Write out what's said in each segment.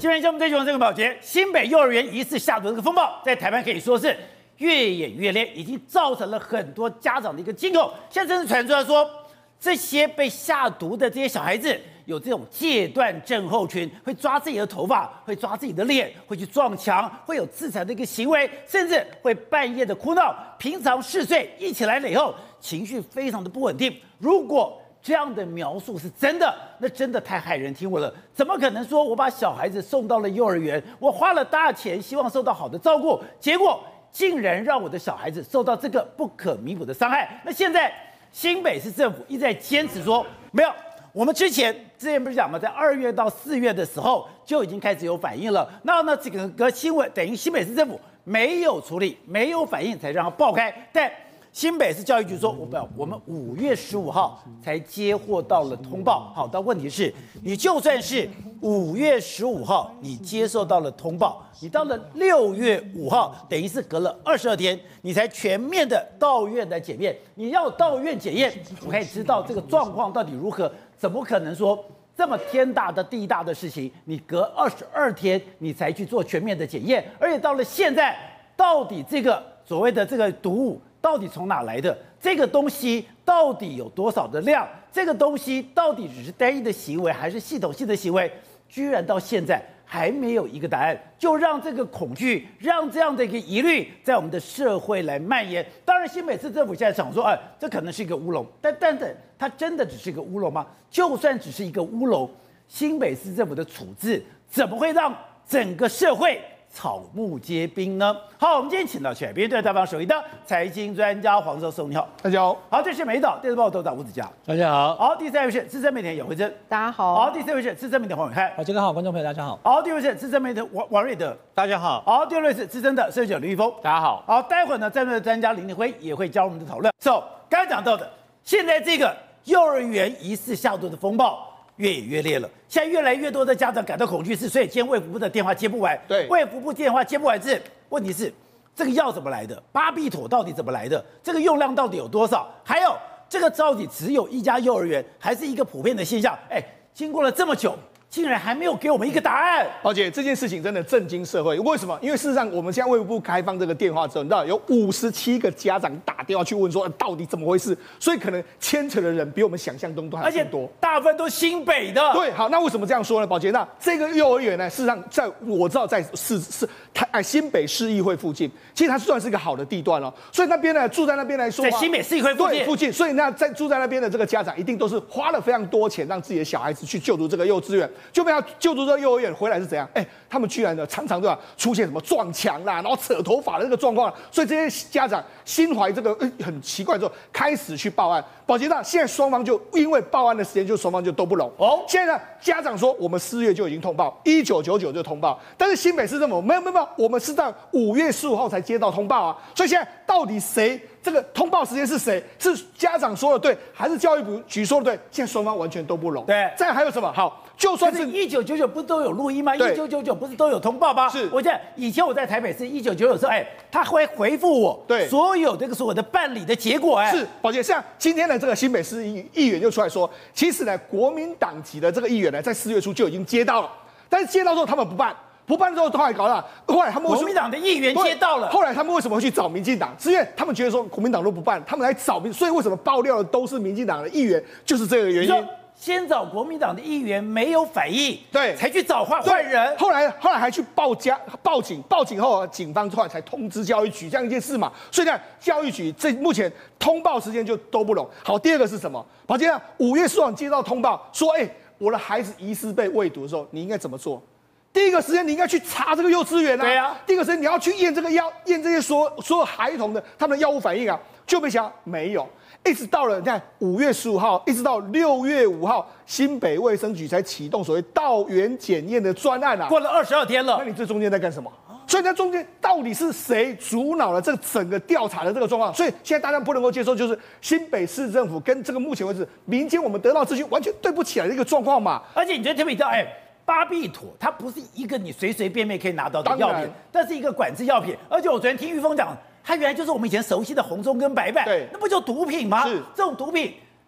今天我们追求这个保洁，新北幼儿园疑似下毒这个风暴，在台湾可以说是越演越烈，已经造成了很多家长的一个惊恐。现在甚至传出来说，这些被下毒的这些小孩子有这种戒断症候群，会抓自己的头发，会抓自己的脸，会去撞墙，会有自残的一个行为，甚至会半夜的哭闹。平常嗜睡，一起来了以后，情绪非常的不稳定。如果这样的描述是真的，那真的太骇人听闻了。怎么可能说我把小孩子送到了幼儿园，我花了大钱，希望受到好的照顾，结果竟然让我的小孩子受到这个不可弥补的伤害？那现在新北市政府一直在坚持说，没有，我们之前不是讲吗？在2月到4月的时候就已经开始有反应了。那这个新闻等于新北市政府没有处理，没有反应，才让它爆开。但新北市教育局说，我们5月15号才接获到了通报。好，但问题是，你就算是5月15号你接受到了通报，你到了6月5号，等于是隔了22天，你才全面的到院来检验。你要到院检验，我可以知道这个状况到底如何，怎么可能说这么天大的地大的事情，你隔22天你才去做全面的检验？而且到了现在，到底这个所谓的这个毒物到底从哪来的？这个东西到底有多少的量？这个东西到底只是单一的行为，还是系统性的行为？居然到现在还没有一个答案，就让这个恐惧，让这样的一个疑虑在我们的社会来蔓延。当然，新北市政府现在想说，这可能是一个乌龙，但它真的只是一个乌龙吗？就算只是一个乌龙，新北市政府的处置怎么会让整个社会草木皆兵呢？好，我们今天请到全边对采访首义的财经专家黄寿松，你好， 大家好。 好，这是美岛电视报头长吴子嘉， 大家好。 好，第三位是资深媒体人姚慧珍， 大家好。 好，第四位是资深媒体黄伟汉， 这个好，观众朋友大家好。 好，第五位是资深媒体王瑞德， 大家好。 好，第六位是资深的摄影者刘玉峰， 大家好。 好，待会儿呢，战略专家林立辉也会加入我们的讨论。刚才讲到的，现在这个幼儿园疑似下毒的风暴越演越烈了，现在越来越多的家长感到恐惧，所以今天卫福部的电话接不完。 对， 卫福部电话接不完是问题是这个药怎么来的？巴比妥到底怎么来的？这个用量到底有多少？还有这个到底只有一家幼儿园，还是一个普遍的现象？经过了这么久，竟然还没有给我们一个答案。 而且这件事情真的震惊社会，为什么？因为事实上，我们现在卫福部开放这个电话之后，你知道有57个家长打电话去问说，到底怎么回事？所以可能牵扯的人比我们想象中都还更多， 大部分都新北的。 对，好，那为什么这样说呢？宝杰，那这个幼儿园呢，事实上我知道在新北市议会附近，其实它算是一个好的地段哦。所以那边呢，住在那边来说， 在新北市议会附近， 所以那住在那边的这个家长一定都是花了非常多钱，让自己的小孩子去就读这个幼稚园，就被他就读这个幼儿园回来是怎样？他们居然呢常常对吧出现什么撞墙啦，然后扯头发的这个状况，所以这些家长心怀这个很奇怪之后，开始去报案。宝杰那现在双方就因为报案的时间双方就都不拢哦。现在呢家长说我们4月就已经通报，1999就通报，但是新北市政府没有，我们是到5月15号才接到通报啊。所以现在到底谁这个通报时间是谁？是家长说的对，还是教育局说的对？现在双方完全都不拢。 对， 再还有什么？好，就算是 1999不是都有录音吗？1999不是都有通报吗？ 是， 以前我在台北市1999的时候，他会回复我对所有的办理的结果。 是，宝杰，像今天的这个新北市议员就出来说，其实呢，国民党籍的这个议员呢，在4月初就已经接到了，但是接到之后他们不办之后，后来搞了，后来他们国民党的议员接到了， 后来他们为什么会去找民进党？是因为他们觉得说国民党都不办，他们来找所以为什么爆料的都是民进党的议员，就是这个原因。 先找国民党的议员没有反应， 对， 才去找坏人。 后来还去报警后，警方后来才通知教育局这样一件事嘛。所以呢，教育局目前通报时间就都不拢。好，第二个是什么？宝杰5月15号接到通报说，我的孩子疑似被喂毒的时候，你应该怎么做？第一个时间你应该去查这个幼稚园啊， 对啊。 第一个时间你要去验这个药，验这些所有孩童的他们的药物反应啊，就没想到没有。一直到了你看5月15号，一直到6月5号，新北卫生局才启动所谓到园检验的专案啊， 过了22天了。 那你这中间在干什么？所以在中间到底是谁主脑了这整个调查的这个状况？所以现在大家不能够接受，就是新北市政府跟这个目前为止民间我们得到资讯完全对不起来的一个状况嘛。 而且你觉得特别到巴比妥它不是一个你随随便便可以拿到的药品，但是一个管制药品。而且我昨天听玉峰讲，它原来就是我们以前熟悉的红中跟白板， 对， 那不就毒品吗？ 是这种毒品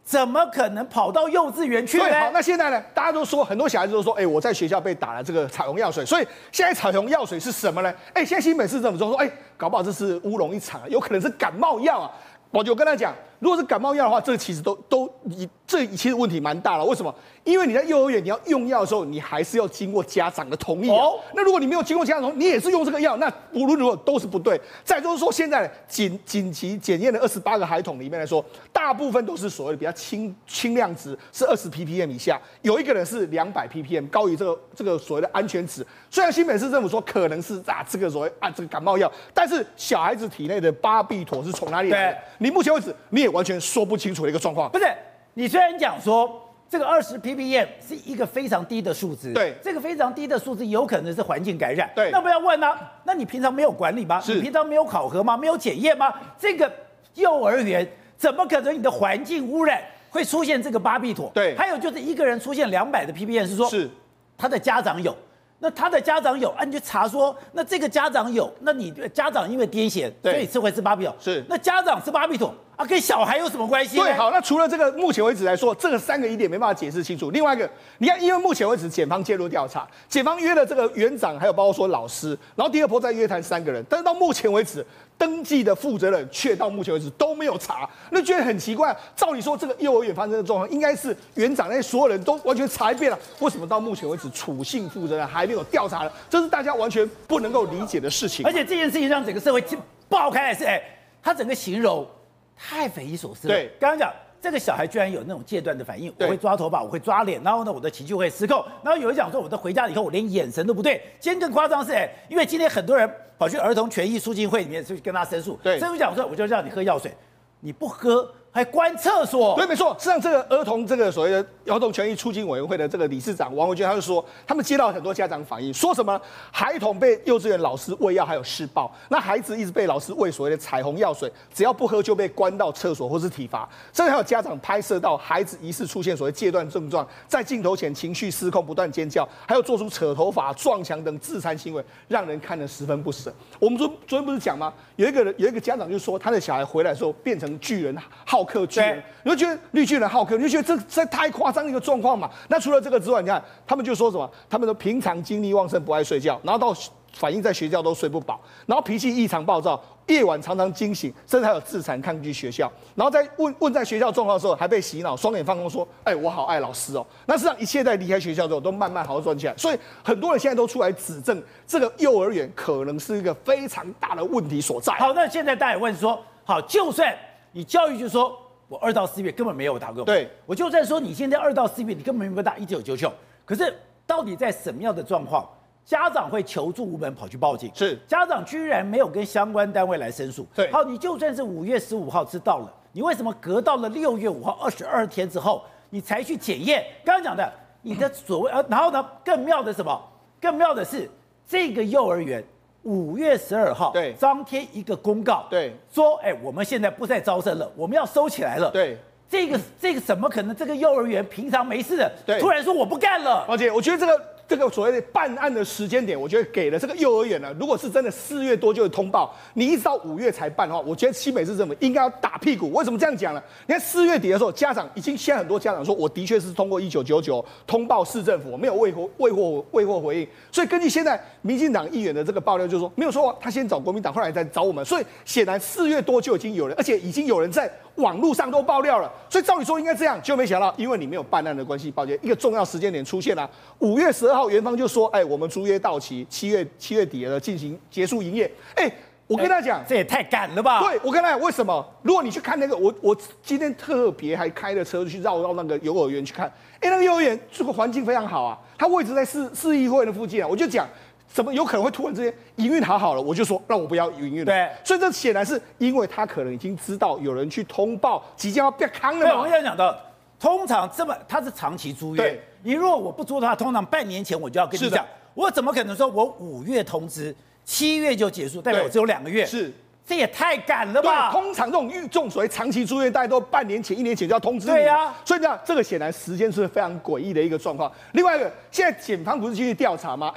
怎么可能跑到幼稚园去呢？ 对，好，那现在呢？大家都说，很多小孩子都说，哎，我在学校被打了这个彩虹药水，所以现在彩虹药水是什么呢？哎，现在新北市政府说，哎，搞不好这是乌龙一场啊，有可能是感冒药啊。我就跟他讲，如果是感冒药的话，这其实这其实问题蛮大了。为什么？因为你在幼儿园你要用药的时候，你还是要经过家长的同意啊。那如果你没有经过家长同意，你也是用这个药，那无论如何都是不对。再就是说，现在紧急检验的28个孩童里面来说，大部分都是所谓的比较轻量值，是20 ppm 以下，有一个人是200 ppm， 高于这个所谓的安全值。虽然新北市政府说可能是这个所谓这个感冒药，但是小孩子体内的巴比妥是从哪里来的？你目前为止你也完全说不清楚的一个状况。 不是，你虽然讲说这个20 ppm 是一个非常低的数字， 对， 这个非常低的数字有可能是环境感染， 对， 那不要问啊，那你平常没有管理吗？你平常没有考核吗？没有检验吗？这个幼儿园怎么可能你的环境污染会出现这个巴比妥？ 对， 还有就是一个人出现200的 ppm 是说他的家长有。那他的家长有啊，你就查说，那这个家长有，那你家长因为癫痫，所以会吃巴比妥， 是， 那家长吃巴比妥啊，跟小孩有什么关系呢？ 对，好，那除了这个，目前为止来说，这个3个疑点没办法解释清楚。另外一个，你看，因为目前为止检方介入调查，检方约了这个园长，还有包括说老师，然后第二波再约谈3个人，但是到目前为止，登记的负责人却到目前为止都没有查，那觉得很奇怪。照理说，这个幼儿园发生的状况，应该是园长那些所有人都完全查一遍了，为什么到目前为止，处姓负责人还没有调查了？这是大家完全不能够理解的事情。 而且这件事情让整个社会爆开来是，他整个形容太匪夷所思了。 对， 刚刚讲这个小孩居然有那种戒断的反应，我会抓头发，我会抓脸，然后呢，我的情绪会失控。然后有人讲说，我的回家以后，我连眼神都不对。今天更夸张是，因为今天很多人跑去儿童权益促进会里面去跟他申诉，申诉讲说，我就让你喝药水，你不喝。还关厕所？ 对，没错。事实上，这个儿童这个所谓的儿童权益促进委员会的这个理事长王维娟，他就说，他们接到很多家长反映，说什么孩童被幼稚园老师喂药，还有施暴，那孩子一直被老师喂所谓的彩虹药水，只要不喝就被关到厕所或是体罚。甚至还有家长拍摄到孩子疑似出现所谓戒断症状，在镜头前情绪失控，不断尖叫，还有做出扯头发、撞墙等自残行为，让人看得十分不舍。我们昨天不是讲吗？有一个家长就说，他的小孩回来的时候变成巨人好客巨人，你就觉得绿巨人好客，你就觉得这实在太夸张的一个状况嘛。那除了这个之外，你看他们就说什么？他们都平常精力旺盛，不爱睡觉，然后到反映在学校都睡不饱，然后脾气异常暴躁，夜晚常常惊醒，甚至还有自残抗拒学校。然后在问在学校状况的时候，还被洗脑，双眼放空说：“哎，我好爱老师哦。”那实际上一切在离开学校之后都慢慢好转起来。所以很多人现在都出来指证，这个幼儿园可能是一个非常大的问题所在。 好，那现在大家也问说，好，就算你教育就说。我2到4月根本没有打过， 对， 我就算说你现在2到4月你根本没有打1999，可是到底在什么样的状况，家长会求助无门跑去报警？ 是家长居然没有跟相关单位来申诉。 对， 好，你就算是5月15号知道了，你为什么隔到了6月5号22天之后，你才去检验？刚刚讲的你的所谓然后呢，更妙的什么？更妙的是这个幼儿园。5月12号， 对， 张贴一个公告， 对， 说，我们现在不再招生了，我们要收起来了， 对， 这个怎么可能？这个幼儿园平常没事的， 对， 突然说我不干了， 而且我觉得这个所谓的办案的时间点，我觉得给了这个幼儿园呢，如果是真的4月多就通报，你一直到5月才办的话，我觉得新北市政府应该要打屁股。为什么这样讲呢？你看4月底的时候，家长现在很多家长说，我的确是通过1999通报市政府，我没有未获回应。所以根据现在民进党议员的这个爆料，就是说没有说他先找国民党，后来再找我们。所以显然4月多就已经有人，而且已经有人在网络上都爆料了。所以照理说应该这样，就没想到因为你没有办案的关系，抱歉，一个重要时间点出现了。5月12号，园方就说，我们租约到期，7月底了进行结束营业。我跟他讲， 这也太赶了吧？ 对，我跟他讲为什么？如果你去看那个，我今天特别还开了车去绕那个幼儿园去看，那个幼儿园这个环境非常好啊，它位置在市议会的附近啊，我就讲。怎么有可能会突然之间营运好了？我就说让我不要营运了。 对， 所以这显然是因为他可能已经知道有人去通报即将要变康了嘛。 对，我们要讲到，通常它是长期租约， 对， 你如果我不租的话，通常半年前我就要跟你讲，我怎么可能说我5月通知，7月就结束，代表我只有2个月？ 是。 这也太赶了吧！ 对，通常这种所谓长期租约，大概都半年前、1年前就要通知你。 对呀， 所以呢，这个显然时间是非常诡异的一个状况。另外一个，现在检方不是继续调查吗？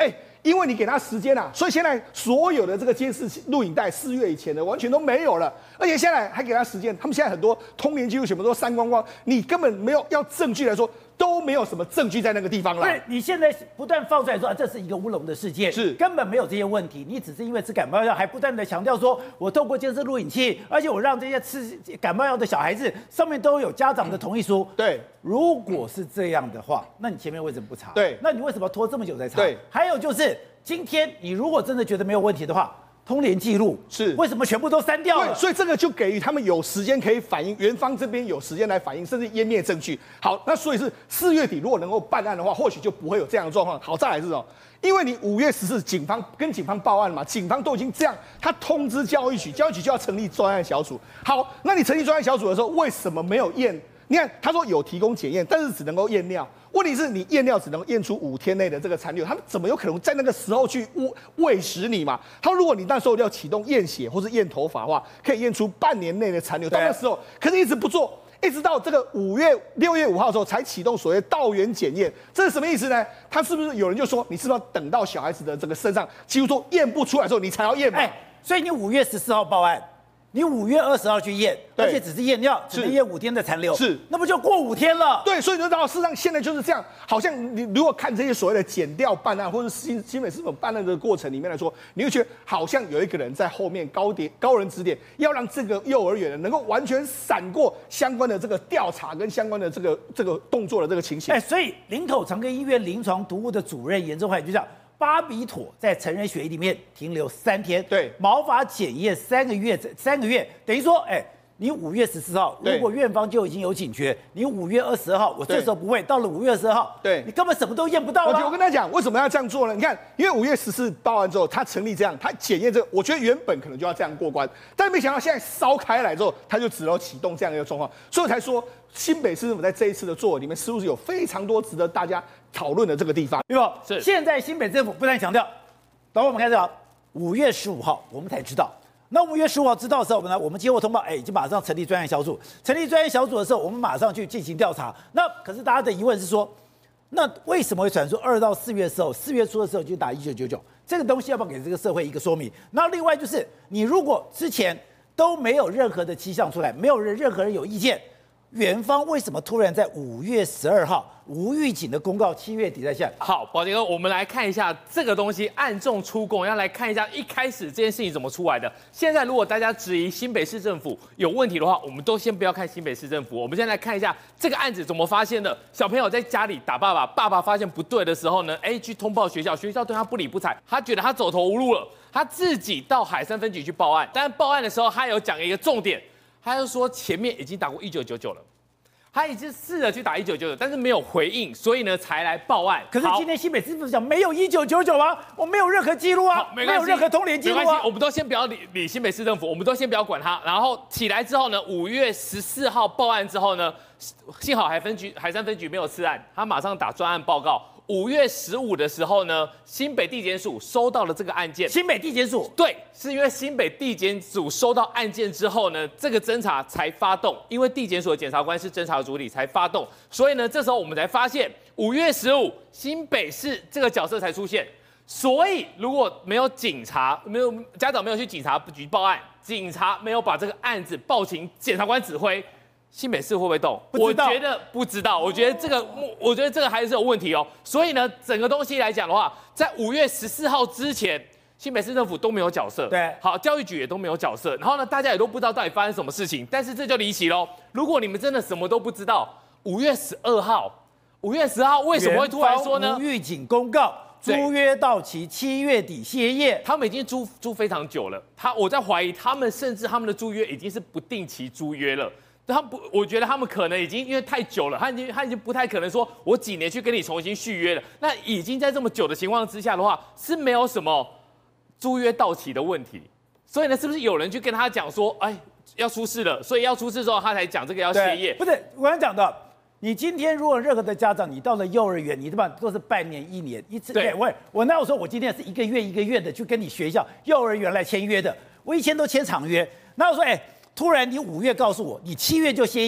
因为你给他时间啊，所以现在所有的这个监视录影带4月以前的完全都没有了，而且现在还给他时间，他们现在很多通联记录全部都删光光，你根本没有要证据来说。都没有什么证据在那个地方了。 对，你现在不断放出来说这是一个乌龙的事件， 是根本没有这些问题，你只是因为吃感冒药，还不断的强调说我透过监视录影器，而且我让这些吃感冒药的小孩子上面都有家长的同意书。 对， 如果是这样的话，那你前面为什么不查？ 对， 那你为什么拖这么久才查？ 对， 还有就是今天你如果真的觉得没有问题的话。通联记录是为什么全部都删掉了？ 所以这个就给予他们有时间可以反映，元方这边有时间来反映，甚至湮灭证据。好，那所以是4月底如果能够办案的话，或许就不会有这样的状况。好，再来是什么？因为你5月14警方报案嘛，警方都已经这样，他通知教育局，教育局就要成立专案小组。好，那你成立专案小组的时候，为什么没有验？你看他说有提供检验，但是只能够验尿。问题是你验尿只能验出5天内的这个残留，他们怎么有可能在那个时候去喂食你嘛？他说如果你那时候要启动验血或是验头发的话，可以验出半年内的残留。到那时候，可是一直不做，一直到这个6月5号的时候才启动所谓道源检验，这是什么意思呢？他是不是有人就说你是不是要等到小孩子的这个身上几乎都验不出来的时候你才要验嘛？ 所以你5月14号报案。你5月20号去验，而且只是验尿，只能验5天的残留， 是， 那不就过5天了？ 对，所以你就知道，事实上现在就是这样，好像你如果看这些所谓的检调办案，或者新北市府办案的过程里面来说，你会觉得好像有一个人在后面高人指点，要让这个幼儿园能够完全闪过相关的这个调查跟相关的这个动作的这个情形。 所以林口长庚医院临床毒物的主任严正焕就讲。巴比妥在成人血液里面停留3天， 对， 毛发检验3个月，等于说，你5月14号，如果院方就已经有警觉，你5月22号，我这时候不会，到了5月22号， 对， 你根本什么都验不到啊！ 我跟他讲，为什么要这样做呢？你看，因为5月14报完之后，他成立这样，他检验这个，我觉得原本可能就要这样过关，但没想到现在烧开来之后，他就只能启动这样一个状况，所以我才说新北市政府在这一次的作为里面，是不是有非常多值得大家讨论的这个地方？ 对吧？是。现在新北政府不断强调，等会我们看到5月15号我们才知道。那5月15号知道的时候，我们接获通报，已经马上成立专案小组。成立专案小组的时候，我们马上去进行调查。那可是大家的疑问是说，那为什么会传出2到4月的时候，4月初的时候就打1999？这个东西要不要给这个社会一个说明？那另外就是，你如果之前都没有任何的迹象出来，没有任何人有意见。元方为什么突然在5月12号无预警的公告7月底再下？ 好，宝杰哥，我们来看一下这个东西暗中出供，要来看一下一开始这件事情怎么出来的。现在如果大家质疑新北市政府有问题的话，我们都先不要看新北市政府，我们先来看一下这个案子怎么发现的。小朋友在家里打爸爸，爸爸发现不对的时候呢，去通报学校，学校对他不理不睬，他觉得他走投无路了，他自己到海山分局去报案。但报案的时候，他有讲一个重点。他就说前面已经打过1999了，他已经试着去打1999，但是没有回应，所以呢才来报案。 可是今天新北市政府讲没有1999啊，我没有任何记录啊，没有任何通联记录啊。 我们都先不要理新北市政府，我们都先不要管他。然后起来之后呢，5月14号报案之后呢，幸好海山分局没有吃案，他马上打专案报告。5月15的时候呢，新北地检署收到了这个案件。 新北地检署对，是因为新北地检署收到案件之后呢，这个侦查才发动。因为地检署的检察官是侦查主体才发动，所以呢，这时候我们才发现5月15新北市这个角色才出现。所以如果没有警察，家长没有去警察局报案，警察没有把这个案子报请检察官指挥。新北市会不会动？我觉得不知道。我觉得这个还是有问题哦。所以呢，整个东西来讲的话，在5月14号之前，新北市政府都没有角色。 对， 好，教育局也都没有角色。然后呢，大家也都不知道到底发生什么事情。但是这就离奇喽。如果你们真的什么都不知道，5月12号为什么会突然说呢？ 无预警公告。租约到期7月底歇业， 他们已经租非常久了。我在怀疑他们甚至他们的租约已经是不定期租约了。我觉得他们可能已经因为太久了，他已经不太可能说我几年去跟你重新续约了。那已经在这么久的情况之下的话，是没有什么租约到期的问题。所以呢，是不是有人去跟他讲说，要出事了，所以要出事之后他才讲这个要歇业？ 不是，我刚讲的，你今天如果任何的家长，你到了幼儿园，你都是半年、1年一次。对，我那我说我今天是一个月的去跟你学校幼儿园来签约的，我以前都签长约。那我说突然你5月告诉我，你7月就歇业，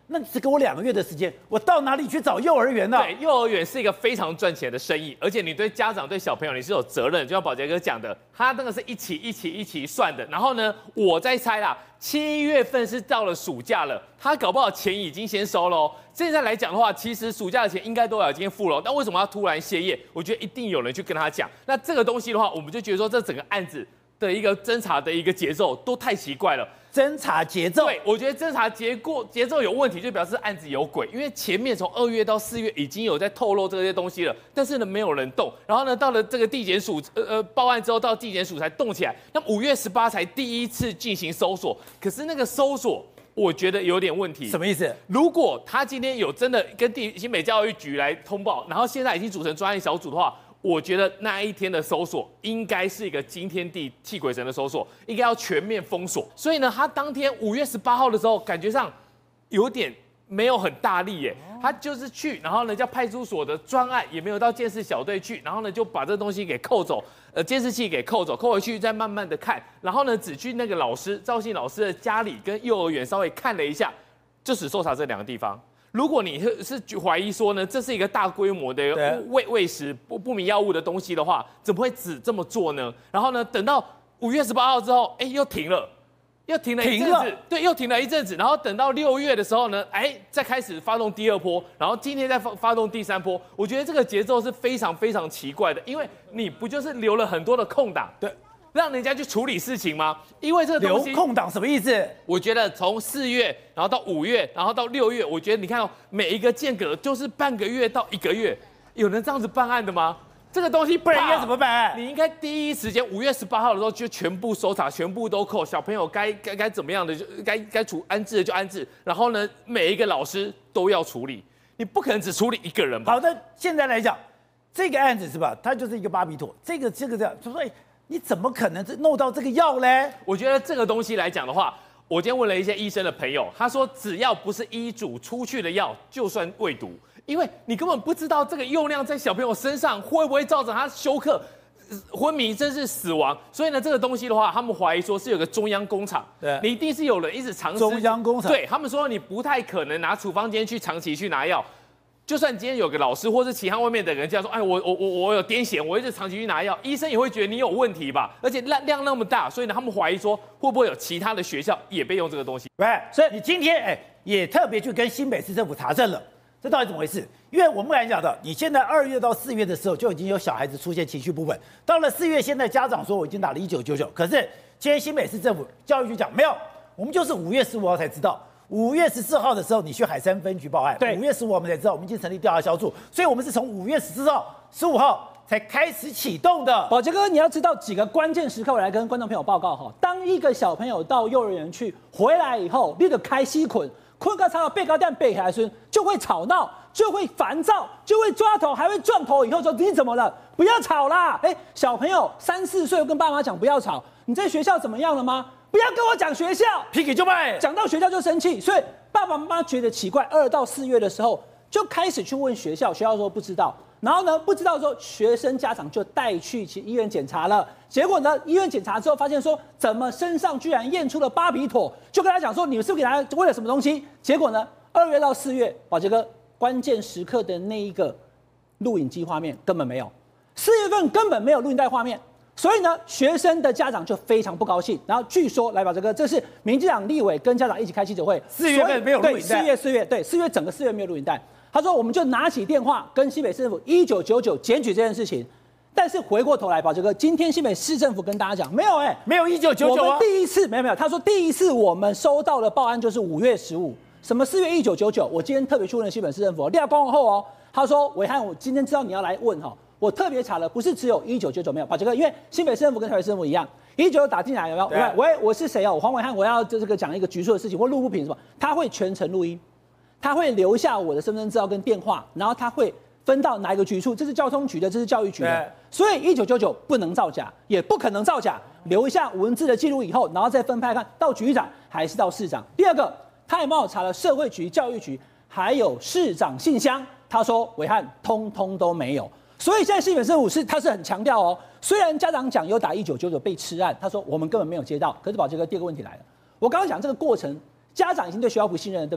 那你只给我2个月的时间，我到哪里去找幼儿园呢？ 对，幼儿园是一个非常赚钱的生意，而且你对家长对小朋友你是有责任，就像宝杰哥讲的，他那个是一起算的。然后呢，我在猜啦，7月份是到了暑假了，他搞不好钱已经先收了哦。现在来讲的话，其实暑假的钱应该都已经付了，但为什么要突然歇业？我觉得一定有人去跟他讲。那这个东西的话，我们就觉得说，这整个案子的一个侦查的一个节奏都太奇怪了。 侦查节奏， 对，我觉得侦查节奏有问题，就表示案子有鬼。因为前面从2月到4月已经有在透露这些东西了，但是呢没有人动。然后呢到了这个地检署报案之后，到地检署才动起来。那5月18才第一次进行搜索，可是那个搜索我觉得有点问题。 什么意思？ 如果他今天有真的跟新北教育局来通报，然后现在已经组成专案小组的话，我觉得那一天的搜索应该是一个惊天地泣鬼神的搜索，应该要全面封锁。所以呢，他当天5月18号的时候，感觉上有点没有很大力耶。他就是去，然后呢叫派出所的专案，也没有到监视小队去，然后呢就把这东西给扣走，监视器给扣走，扣回去再慢慢的看，然后呢只去那个老师赵姓老师的家里跟幼儿园稍微看了一下，就只搜查这2个地方。如果你是怀疑说呢，这是一个大规模的喂食不明药物的东西的话，怎么会只这么做呢？然后呢，等到5月18号之后，又停了一阵子，对，又停了一阵子。然后等到6月的时候呢，再开始发动第2波，然后今天再发动第3波。我觉得这个节奏是非常非常奇怪的，因为你不就是留了很多的空档，对，让人家去处理事情吗？因为这个东西留空档什么意思？ 我觉得从4月，然后到5月，然后到6月，我觉得你看每一个间隔就是半个月到1个月，有人这样子办案的吗？这个东西不然应该怎么办案？ 你应该第一时间5月18号的时候就全部搜查，全部都扣，小朋友该怎么样的就该安置的就安置，然后呢每一个老师都要处理，你不可能只处理1个人吧？ 好的，现在来讲这个案子是吧？它就是一个巴比妥，这个这样，就说你怎么可能弄到这个药嘞？ 我觉得这个东西来讲的话，我今天问了一些医生的朋友，他说只要不是医嘱出去的药，就算未毒，因为你根本不知道这个用量在小朋友身上会不会造成他休克、昏迷，甚至死亡。所以呢，这个东西的话，他们怀疑说是有个中央工厂， 对， 你一定是有人一直长时中央工厂， 对他们说你不太可能拿处方间去长期去拿药。就算今天有个老师或是其他外面的人这样说，我有癫痫，我一直长期去拿药，医生也会觉得你有问题吧？而且量那么大，所以呢，他们怀疑说会不会有其他的学校也被用这个东西？ 对，所以你今天也特别去跟新北市政府查证了，这到底怎么回事？因为我们刚才讲的，你现在2月到4月的时候就已经有小孩子出现情绪不稳，到了4月，现在家长说我已经打了1999，可是今天新北市政府教育局讲没有，我们就是5月15号才知道。5月14号的时候，你去海山分局报案。对，5月15号我们才知道，我们已经成立调查小组，所以我们是从5月14号、15号才开始启动的。 宝杰哥，你要知道几个关键时刻，我来跟观众朋友报告哈。当一个小朋友到幼儿园去回来以后，你就开始困到差到背高蛋背起来时，就会吵闹，就会烦躁，就会抓头，还会撞头。以后说你怎么了？不要吵啦！小朋友3、4岁跟爸妈讲不要吵，你在学校怎么样了吗？不要跟我讲学校， 脾气就卖， 讲到学校就生气，所以爸爸妈妈觉得奇怪。2到4月的时候就开始去问学校，学校说不知道，然后呢不知道之后，学生家长就带去医院检查了，结果呢医院检查之后发现说，怎么身上居然验出了巴比妥，就跟他讲说你们是不是给他喂了什么东西？结果呢2月到4月，宝杰哥关键时刻的那一个录影机画面根本没有，4月份根本没有录影带画面。所以呢，学生的家长就非常不高兴。然后据说，来宝这个，这是民进党立委跟家长一起开记者会。 4月份没有录影带。 4月整个4月没有录影带。他说，我们就拿起电话跟新北市政府1999检举这件事情。但是回过头来，宝杰哥，今天新北市政府跟大家讲，没有没有1999啊。 我们第一次没有。他说第一次我们收到的报案就是5月15，什么4月1999？我今天特别去问了新北市政府，廖光后哦，他说伟汉，我今天知道你要来问哈。我特别查了，不是只有1999没有，宝杰哥，因为新北市政府跟台北市政府一样，1999打进来有没有？喂，我是谁哦？我黄伟汉，我要这个讲一个局处的事情，或录不平什么，他会全程录音，他会留下我的身份证资料跟电话，然后他会分到哪一个局处，这是交通局的，这是教育局的，所以1999不能造假，也不可能造假，留下文字的记录以后，然后再分派看到局长还是到市长。第二个，他也帮我查了社会局、教育局，还有市长信箱，他说伟汉通通都没有。所以现在新北市政府他是很强调哦，虽然家长讲有打1999被吃案，他说我们根本没有接到。可是宝杰哥，第二个问题来了，我刚刚讲这个过程，家长已经对学校不信任了，对不对？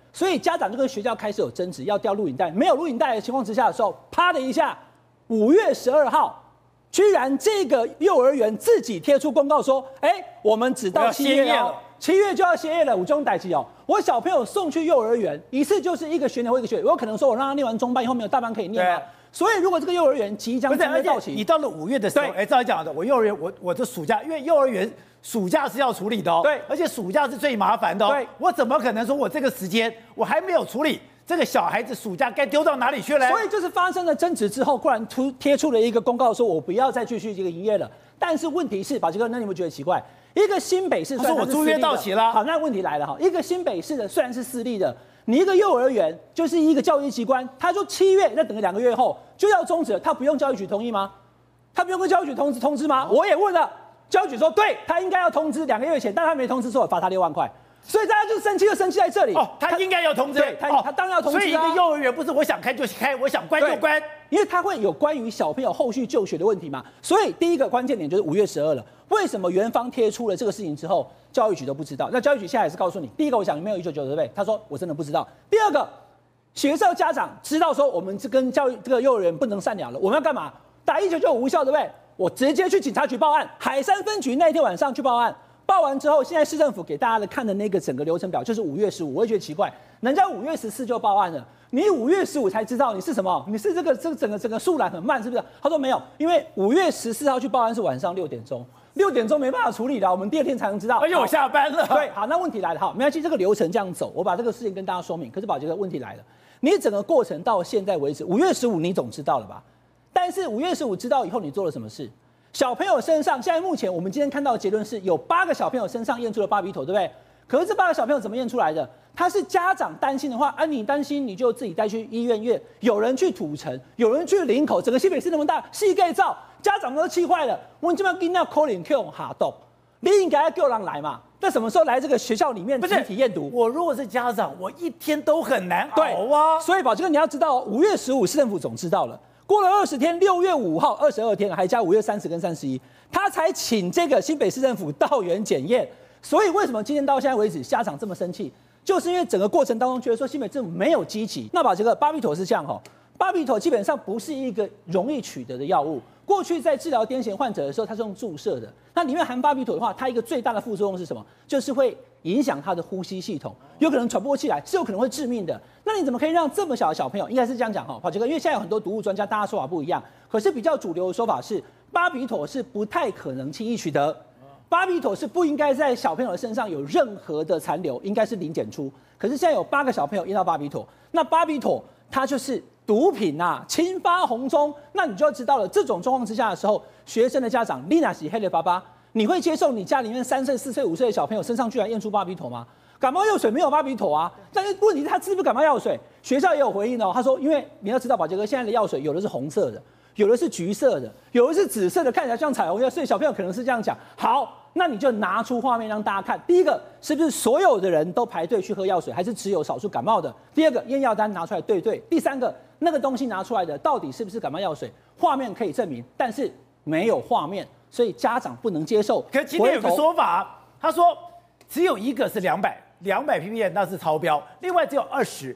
所以家长就跟学校开始有争执，要调录影带。没有录影带的情况之下的时候，啪的一下，5月12号，居然这个幼儿园自己贴出公告说，我们只到7月哦，7月就要歇业了，五中代际哦。我小朋友送去幼儿园，一次就是1个学年或1个学年，我有可能说我让他念完中班以后没有大班可以念吗？所以如果这个幼儿园即将到期， 你到了5月的时候，照你讲的，我幼儿园我的暑假，因为幼儿园暑假是要处理的哦， 对， 而且暑假是最麻烦的哦， 对， 我怎么可能说我这个时间我还没有处理？这个小孩子暑假该丢到哪里去呢？ 所以就是发生了争执之后，忽然贴出了一个公告，说我不要再继续这个营业了。但是问题是，宝杰哥，那你有没有觉得奇怪？一个新北市， 他说我租约到期了。 好，那问题来了哈，一个新北市的虽然是私立的，你一个幼儿园就是一个教育机关，他说7月，那等个2个月后就要终止了，他不用教育局同意吗？他不用跟教育局通知吗？我也问了，教育局说对他应该要通知2个月前，但他没通知，说我罚他6万块。所以大家就生气，就生气在这里。 他应该要通知， 对，他当然要通知啊。 所以一个幼儿园不是我想开就开，我想关就关， 因为他会有关于小朋友后续就学的问题嘛。所以第一个关键点就是5月12了。为什么园方贴出了这个事情之后，教育局都不知道？那教育局现在也是告诉你，第一个我想没有199对不对？他说我真的不知道。第二个，学校家长知道说我们这跟这个幼儿园不能善了，我们要干嘛？打199无效对不对？我直接去警察局报案，海山分局那天晚上去报案。报完之后，现在市政府给大家的看的那个整个流程表就是5月15，我也觉得奇怪，人家5月14就报案了，你5月15才知道你是什么？你是这个整个速览很慢是不是？他说没有，因为5月14号去报案是晚上6点钟，6点钟没办法处理了，我们第2天才能知道。 而且我下班了。 对，好，那问题来了，好，没关系，这个流程这样走，我把这个事情跟大家说明。可是宝杰哥，问题来了，你整个过程到现在为止，5月15你总知道了吧？但是5月15知道以后，你做了什么事？小朋友身上，现在目前我们今天看到的结论是有8个小朋友身上验出了巴比妥，对不对？可是这8个小朋友怎么验出来的？他是家长担心的话，你担心你就自己带去医院验。有人去土城，有人去林口，整个新北市那么大，细盖照，家长都气坏了。我这边跟那扣零 Q 哈动，你应该叫人来嘛？那什么时候来这个学校里面集体验读？ 我如果是家长，我1天都很难熬啊。 所以宝杰哥，你要知道，5月15市政府总知道了。过了20天，6月5号22天，还加5月30跟31，他才请这个新北市政府到园检验。所以为什么今天到现在为止，家长这么生气，就是因为整个过程当中觉得说新北政府没有积极。那把这个巴比妥是这样哈，巴比妥基本上不是一个容易取得的药物。过去在治疗癫痫患者的时候，它是用注射的。那里面含巴比妥的话，它一个最大的副作用是什么？就是会影响他的呼吸系统，有可能喘不过气来，是有可能会致命的。那你怎么可以让这么小的小朋友？应该是这样讲哈，宝杰哥，因为现在有很多毒物专家，大家说法不一样。可是比较主流的说法是，巴比妥是不太可能轻易取得，巴比妥是不应该在小朋友的身上有任何的残留，应该是零检出。可是现在有8个小朋友验到巴比妥，那巴比妥它就是毒品啊，轻发红中。那你就要知道了，这种状况之下的时候，学生的家长丽娜喜黑的爸爸，你会接受你家里面3岁、4岁、5岁的小朋友身上居然验出巴比妥吗？感冒药水没有巴比妥啊，但是问题是他是不是感冒药水？学校也有回应哦，他说，因为你要知道，宝杰哥现在的药水有的是红色的，有的是橘色的，有的是紫色的，看起来像彩虹药，所以小朋友可能是这样讲。好，那你就拿出画面让大家看。第一个，是不是所有的人都排队去喝药水，还是只有少数感冒的？第二个，验药单拿出来对。第三个，那个东西拿出来的到底是不是感冒药水？画面可以证明，但是没有画面，所以家长不能接受。 可今天有个说法，他说只有一个是200 ppm， 那是超标，另外只有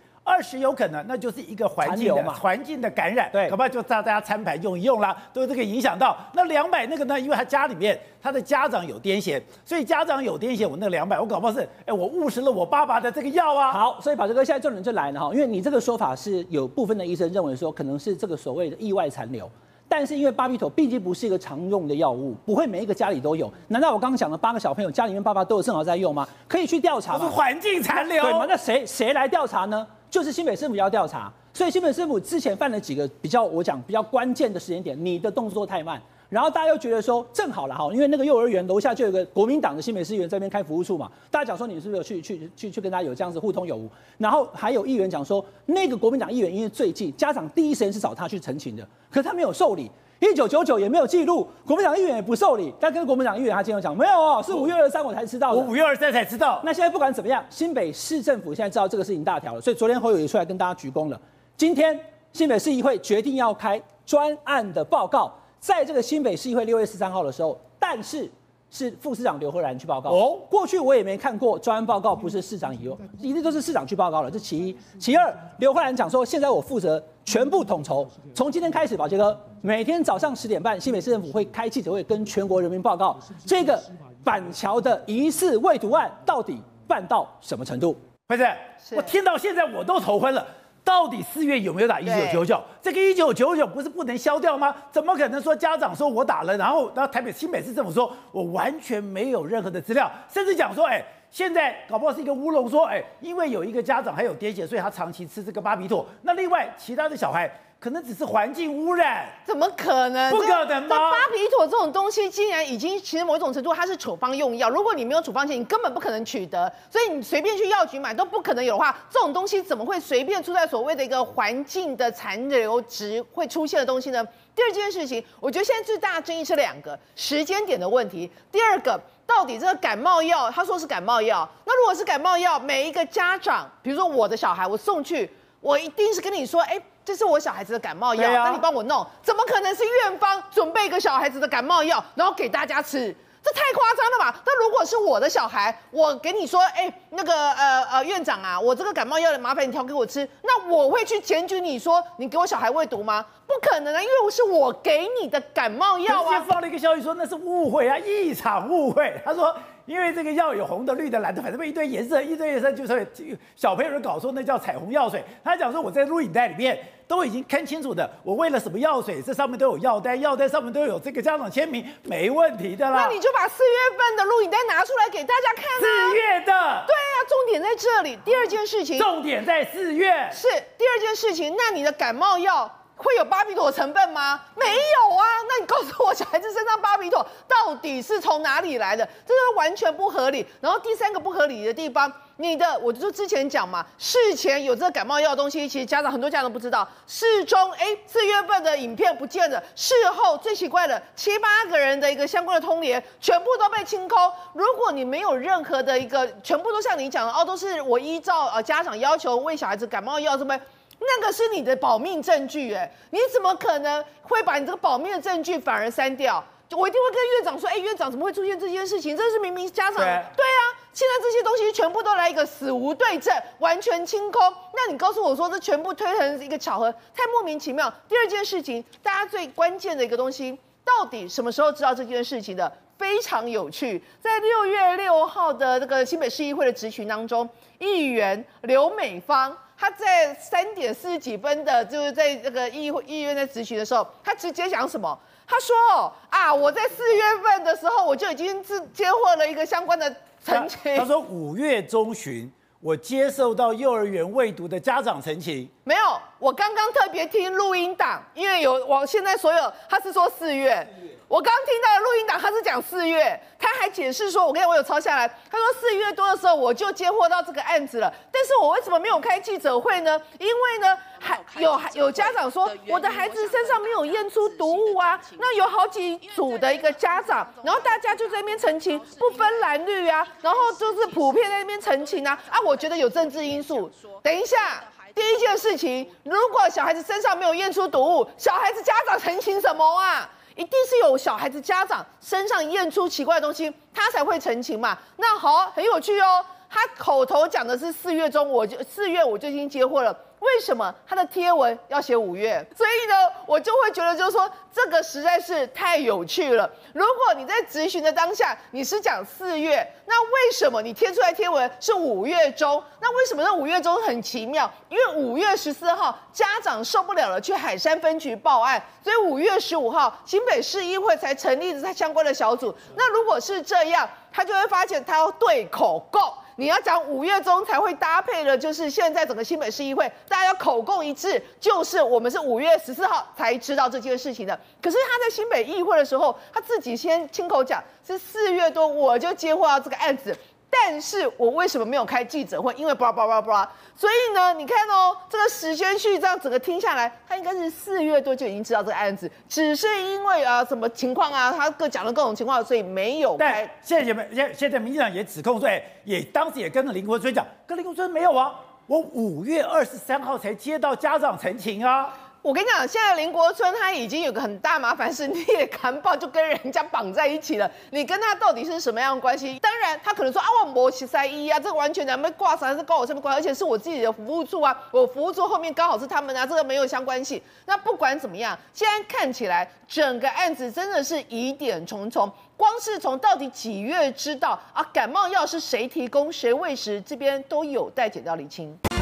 20有可能，那就是一个环境的感染， 对， 恐怕就大家餐盘用一用啦，都这个影响到。那200那个呢？因为他家里面他的家长有癫痫，所以家长有癫痫，我那个200，我搞不好是我误食了我爸爸的这个药啊。 好，所以宝杰哥现在重点就来了哈，因为你这个说法是有部分的医生认为说可能是这个所谓的意外残留。但是因为巴比妥毕竟不是一个常用的药物，不会每一个家里都有。难道我刚刚讲的8个小朋友家里面爸爸都有正好在用吗？可以去调查吗？ 是环境残留， 对吗？那谁来调查呢？就是新北市府要调查。所以新北市府之前犯了几个比较关键的时间点，你的动作太慢。然后大家又觉得说正好了哈，因为那个幼儿园楼下就有个国民党的新北市议员在那边开服务处嘛，大家讲说你是不是有去跟他有这样子互通有无？然后还有议员讲说，那个国民党议员因为最近家长第一时间是找他去澄清的，可是他没有受理，1999也没有记录，国民党议员也不受理。但跟国民党议员他今天讲没有哦，是5月23我才知道的， 我5月23才知道。 那现在不管怎么样，新北市政府现在知道这个事情大条了，所以昨天侯友宜出来跟大家鞠躬了。今天新北市议会决定要开专案的报告。在这个新北市议会6月13号的时候，但是是副市长刘赫然去报告。哦，过去我也没看过专案报告不是市长以后，一定都是市长去报告了，这其一。其二，刘赫然讲说，现在我负责全部统筹，从今天开始，宝杰哥每天早上10点半，新北市政府会开记者会，跟全国人民报告这个板桥的疑似未读案到底办到什么程度？ 不是，我听到现在我都头昏了。到底4月有没有打1999？这个1999不是不能消掉吗？怎么可能说家长说我打了，然后新北市政府说我完全没有任何的资料，甚至讲说，现在搞不好是一个乌龙，说，因为有一个家长还有癫痫，所以他长期吃这个巴比妥。那另外其他的小孩可能只是环境污染， 怎么可能？ 不可能吗？ 巴比妥这种东西，竟然已经其实某种程度它是处方用药，如果你没有处方签，你根本不可能取得，所以你随便去药局买都不可能有的话，这种东西怎么会随便出在所谓的一个环境的残留值会出现的东西呢？第二件事情，我觉得现在最大的争议是2个时间点的问题。第二个，到底这个感冒药，他说是感冒药，那如果是感冒药，每一个家长，比如说我的小孩，我送去，我一定是跟你说，这是我小孩子的感冒药，那你帮我弄，怎么可能是院方准备一个小孩子的感冒药，然后给大家吃？这太夸张了吧？那如果是我的小孩，我给你说，那个院长啊，我这个感冒药麻烦你调给我吃，那我会去检举你说你给我小孩喂毒吗？不可能啊，因为是我给你的感冒药啊。 直接放了一个消息说那是误会啊，一场误会。他说因为这个药有红的、绿的、蓝的，反正一堆颜色，就是小朋友搞说那叫彩虹药水。他讲说我在录影带里面都已经看清楚的，我为了什么药水，这上面都有药单，药单上面都有这个家长签名，没问题的啦。 那你就把4月份的录影带拿出来给大家看啊。 4月的。 对啊，重点在这里。第二件事情， 重点在4月。 是第二件事情，那你的感冒药会有巴比妥成分吗？没有啊。那你告诉我，小孩子身上巴比妥到底是从哪里来的？这是完全不合理。然后第3个不合理的地方，我就之前讲嘛，事前有这个感冒药的东西，其实很多家长都不知道。事中4月份的影片不见了，事后最奇怪的7、8个人的一个相关的通联，全部都被清空。如果你没有任何的一个，全部都像你讲的，都是我依照家长要求喂小孩子感冒药什么。那个是你的保命证据，你怎么可能会把你这个保命的证据反而删掉？我一定会跟院长说，院长怎么会出现这件事情？这是明明家长对啊，现在这些东西全部都来一个死无对证，完全清空。那你告诉我说这全部推成一个巧合，太莫名其妙。第二件事情，大家最关键的一个东西，到底什么时候知道这件事情的？非常有趣，在6月6号的这个新北市议会的质询当中，议员刘美芳。他在3点40几分的，就是在这个议院在质询的时候，他直接讲什么？他说我在4月份的时候，我就已经接获了一个相关的陈情。 他说5月中旬，我接受到幼儿园喂毒的家长陈情。 没有，我刚刚特别听录音档，因为现在所有他是说4月。我刚听到的录音档，他是讲4月，他还解释说，我有抄下来，他说4月多的时候我就接获到这个案子了，但是我为什么没有开记者会呢？因为呢，有家长说我的孩子身上没有验出毒物啊，那有好几组的一个家长，然后大家就在那边澄清，不分蓝绿啊，然后就是普遍在那边澄清啊，我觉得有政治因素。等一下。第一件事情，如果小孩子身上没有验出毒物，小孩子家长澄清什么啊？一定是有小孩子家长身上验出奇怪的东西，他才会澄清嘛。那好，很有趣哦。他口头讲的是4月中，4月我就已经接获了。为什么他的贴文要写5月？所以呢，我就会觉得就是说，这个实在是太有趣了。如果你在质询的当下，你是讲4月，那为什么你贴出来贴文是5月中？那为什么那5月中很奇妙？因为5月14号家长受不了了，去海山分局报案，所以5月15号新北市议会才成立了相关的小组。那如果是这样，他就会发现他要对口供。你要讲5月中才会搭配的，就是现在整个新北市议会，大家要口供一致，就是我们是5月14号才知道这件事情的。可是他在新北议会的时候，他自己先亲口讲，是4月多我就接获到这个案子。但是我为什么没有开记者会？因为巴拉巴拉巴拉，所以呢，你看这个时间序这样整个听下来，他应该是4月多就已经知道这个案子，只是因为什么情况啊，他讲了各种情况，所以没有开。 但现在民进党也指控说，当时也跟林国春讲，跟林国春没有啊，我5月23号才接到家长陈情啊。 我跟你讲，现在林国春他已经有个很大麻烦是猎砍报就跟人家绑在一起了，你跟他到底是什么样的关系？当然，他可能说啊，我没洗晒衣啊，这个完全没挂啥，是跟我什么关系？而且是我自己的服务处啊，我服务处后面刚好是他们啊，这个没有相关系。那不管怎么样，现在看起来整个案子真的是疑点重重。光是从到底几月知道啊，感冒药是谁提供、谁喂食，这边都有待检调厘清。